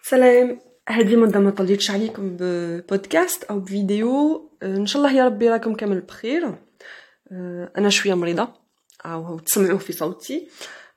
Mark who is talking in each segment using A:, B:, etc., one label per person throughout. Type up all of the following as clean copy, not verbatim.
A: سلام. هذه مدة ما طليتش عليكم ببودكاست او بفيديو. ان شاء الله يا ربي راكم كامل بخير. انا شويه مريضه او تسمعوه في صوتي.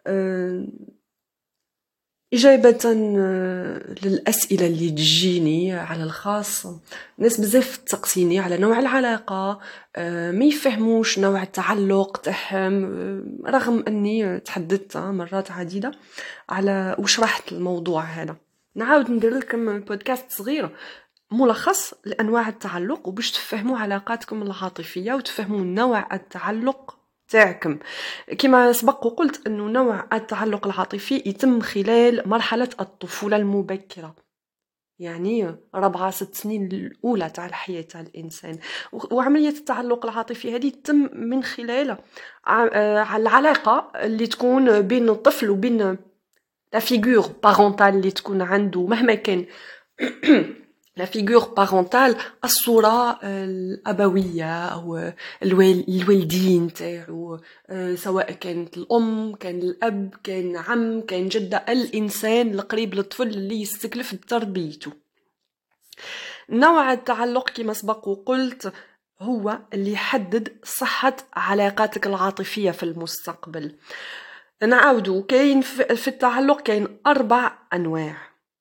A: إجابة للأسئلة اللي تجيني على الخاص، ناس بزاف تسقسيني على نوع العلاقة، ما يفهموش نوع التعلق تاعهم، رغم أني تحدثت مرات عديدة على وشرحت الموضوع هذا. نعاود ندير لكم بودكاست صغير ملخص لأنواع التعلق وباش تفهموا علاقاتكم العاطفية وتفهموا نوع التعلق تاعكم. كما سبق وقلت أنه نوع التعلق العاطفي يتم خلال مرحلة الطفولة المبكرة، يعني 4-6 سنين الأولى تاع الحياة تاع الإنسان. وعملية التعلق العاطفي هذه تتم من خلال العلاقة اللي تكون بين الطفل وبين لا فيغور بارونتال اللي تكون عنده مهما كان لا فيغور بارونتال، الصورة الأبوية أو الوالدين تاعو، سواء كانت الأم، كان الأب، كان عم، كان جدة، الإنسان القريب للطفل اللي يستكلف بتربيته. نوع التعلق كما سبق وقلت هو اللي يحدد صحة علاقاتك العاطفية في المستقبل. نعاودو، كاين في التعلق كاين 4 أنواع.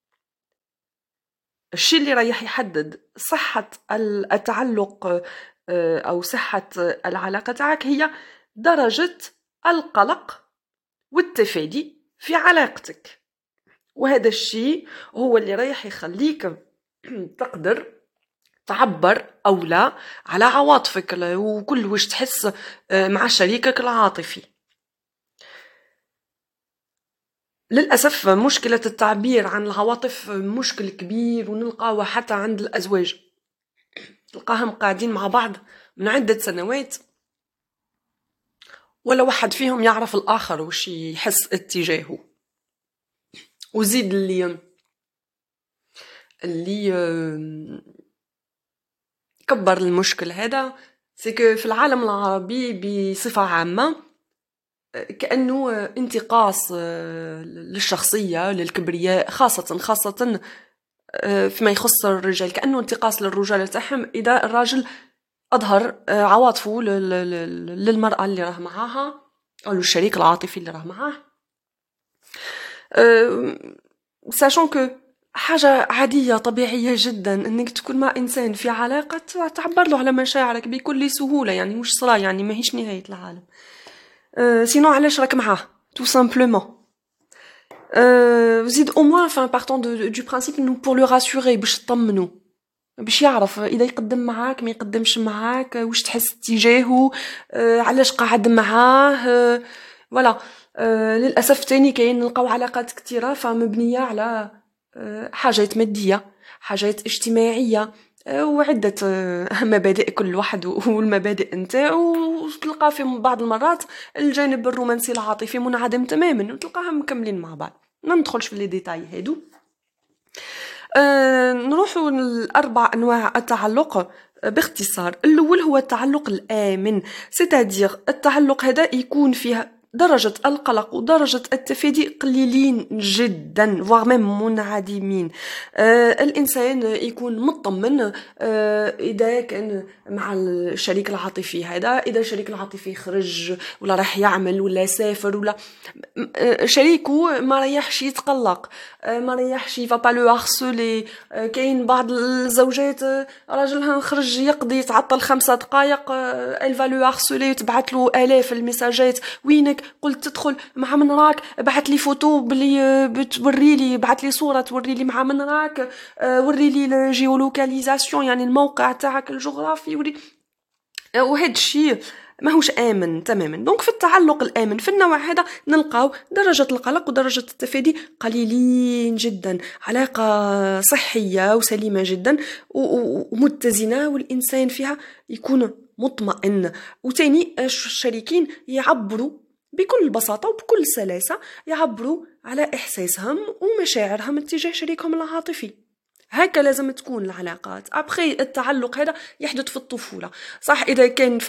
A: الشيء اللي رايح يحدد صحة التعلق أو صحة العلاقة تاعك هي درجة القلق والتفادي في علاقتك، وهذا الشيء هو اللي رايح يخليك تقدر تعبر أو لا على عواطفك وكل وش تحس مع شريكك العاطفي. للأسف مشكلة التعبير عن العواطف مشكل كبير، ونلقاوه حتى عند الأزواج، تلقاهم قاعدين مع بعض من عدة سنوات ولا واحد فيهم يعرف الآخر وش يحس اتجاهه. وزيد اللي كبر المشكل هذا سيكو في العالم العربي بصفة عامة كأنه انتقاص للشخصية، للكبرياء، خاصة فيما يخص الرجال، كأنه انتقاص للرجال تاعهم إذا الراجل أظهر عواطفه للمرأة اللي راه معاها أو للشريك العاطفي اللي راه معاه، ساشون كو حاجة عادية طبيعية جدا انك تكون مع انسان في علاقة تعبر له على مشاعرك بكل سهولة، يعني وش صرا، يعني ماهيش نهاية العالم. سينو علاش راك معاه تو سامبلومون. زيد او موان enfin partant du principe انه pour le rassurer باش تطمنو، باش يعرف اذا يقدم معاك ما يقدمش معاك، وش تحس تجاهه، علاش قاعد معاه، فوالا. للاسف تاني كاين نلقاو علاقات كثيره فمبنيه على حاجات ماديه، حاجات اجتماعيه، وعده مبادئ كل واحد والمبادئ نتاعو، وتلقى في بعض المرات الجانب الرومانسي العاطفي منعدم تماما وتلقاهم مكملين مع بعض. ما ندخلش في لي ديتاي هادو. نروحوا ل4 أنواع التعلق باختصار. الأول هو التعلق الآمن، ستادير التعلق هذا يكون فيه درجة القلق ودرجة التفادي قليلين جدا voire même منعدمين. الإنسان يكون مطمن إذا كان مع الشريك العاطفي هذا، إذا الشريك العاطفي خرج ولا راح يعمل ولا سافر ولا شريكه ما ريحش يتقلق، ما ريحش يفا با لو هارسولي. كاين بعض الزوجات راجلها خرج يقضي يتعطل 5 دقائق الفا لو هارسولي، تبعت له آلاف المساجات، وينك، قلت تدخل، مع من راك، بعت لي فوتو بلي بتوري لي، بعت لي صورة توري لي مع من راك، وري لي الجيولوكاليزاسيون يعني الموقع تاعك الجغرافي، وري. وهذا الشيء ماهوش آمن تماما. دونك في التعلق الآمن في النوع هذا نلقاو درجة القلق ودرجة التفادي قليلين جدا، علاقة صحية وسليمة جدا ومتزنة، والإنسان فيها يكون مطمئن. وتاني الشريكين يعبروا بكل بساطة وبكل سلاسة، يعبروا على إحساسهم ومشاعرهم اتجاه شريكهم العاطفي. هكا لازم تكون العلاقات. أبخي التعلق هذا يحدث في الطفولة، صح إذا كان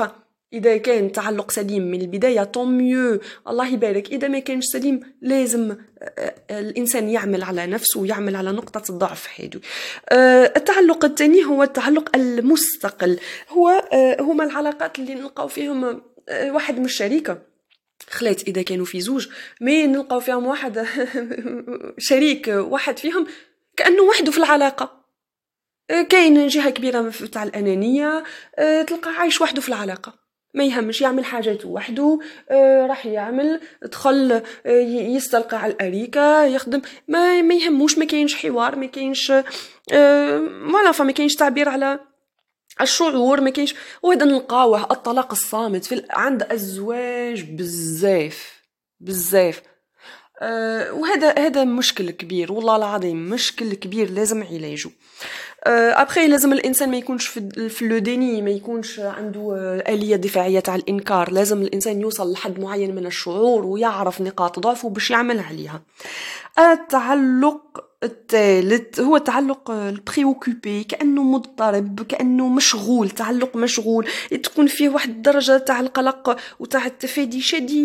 A: اذا كان تعلق سليم من البدايه طون ميو، الله يبارك. اذا ما كانش سليم لازم الانسان يعمل على نفسه ويعمل على نقطه الضعف هذه. التعلق الثاني هو التعلق المستقل. هما العلاقات اللي نلقاو فيهم واحد من الشريكه خلات اذا كانوا في زوج مي نلقاو فيهم واحد شريك واحد فيهم كانه وحده في العلاقه. كاين جهه كبيره تاع الانانيه، تلقى عايش وحده في العلاقه، ما يهمش يعمل حاجاته وحده، راح يعمل دخل يستلقى على الاريكه يخدم، ما يهموش، ما كاينش حوار، ما كاينش فوالا، فما كاينش تعبير على الشعور، ما كاينش. وهذا نلقاوه الطلاق الصامت عند الزواج بزاف بزاف. وهذا مشكل كبير، والله العظيم مشكل كبير لازم علاجه. ابخي لازم الانسان ما يكونش في لو ديني، ما يكونش عنده آلية دفاعية تاع الانكار. لازم الانسان يوصل لحد معين من الشعور ويعرف نقاط ضعفه باش يعمل عليها. التعلق الثالث هو التعلق البريوكوبي، كانه مضطرب، كانه مشغول، تعلق مشغول، تكون فيه واحد الدرجه تاع القلق وتاع التفادي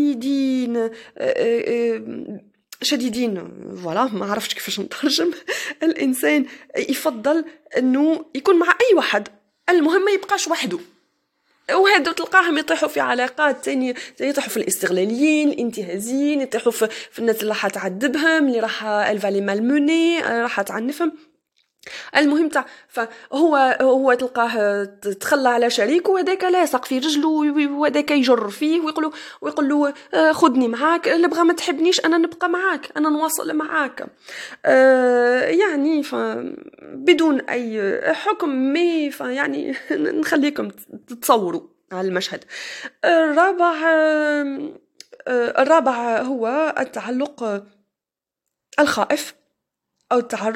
A: شديدين. فوالا ما عرفتش كيفاش نترجم. الانسان يفضل انه يكون مع اي واحد، المهم ما يبقاش وحده. وهذا تلقاهم يطيحوا في علاقات تاني، يطيحوا في الاستغلاليين، الانتهازيين، يطيحوا في الناس اللي راح تعذبهم، اللي راح الفالي مالموني، راح تعنفهم. المهم فهو تلقاه تخلى على شريكه، وهذاك لاصق في رجله، وهذاك يجر فيه ويقول له خذني معاك، اللي بغى ما تحبنيش انا نبقى معاك، انا نواصل معاك. يعني بدون اي حكم، مي يعني نخليكم تتصوروا على المشهد. الرابع هو التعلق الخائف، او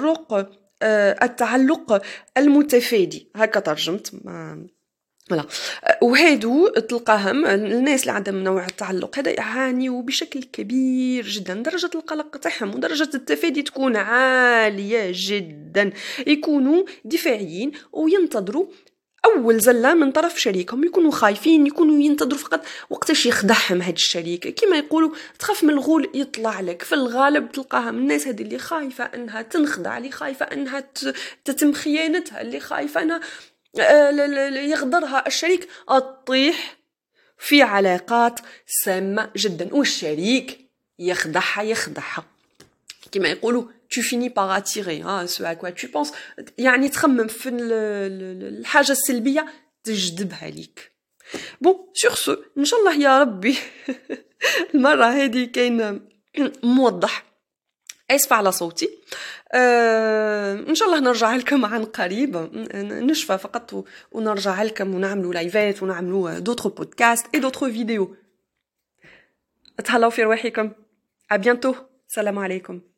A: التعلق المتفادي، هكا ترجمت ولا. وهادو تلقاهم الناس اللي عندهم نوع التعلق هذا يعانيوا بشكل كبير جدا، درجة القلق تاعهم ودرجة التفادي تكون عالية جدا، يكونوا دفاعيين وينتظروا اول زله من طرف شريكهم، يكونوا خايفين، يكونوا ينتظروا فقط وقتاش يخدعهم هاد الشريك. كما يقولوا تخاف من الغول يطلع لك. في الغالب تلقاهم الناس هذه اللي خايفه انها تنخدع، اللي خايفه انها تتم خيانتها، اللي خايفه انها يغدرها الشريك، تطيح في علاقات سامه جدا، والشريك يخدعها كما يقولوا tu finis par attirer ce à quoi tu penses. يعني تخمم في الحاجة السلبية تجذبها ليك. بون سور سو ان شاء الله يا ربي المرة هذه كاين موضح. اسفة على صوتي. ان شاء الله نرجع لكم عن قريب، نشفى فقط ونرجع لكم ونعملوا لايفات ونعملوا دوتر بودكاست اي دوتر فيديو. تهلاو في رواحكم. à bientôt. السلام عليكم.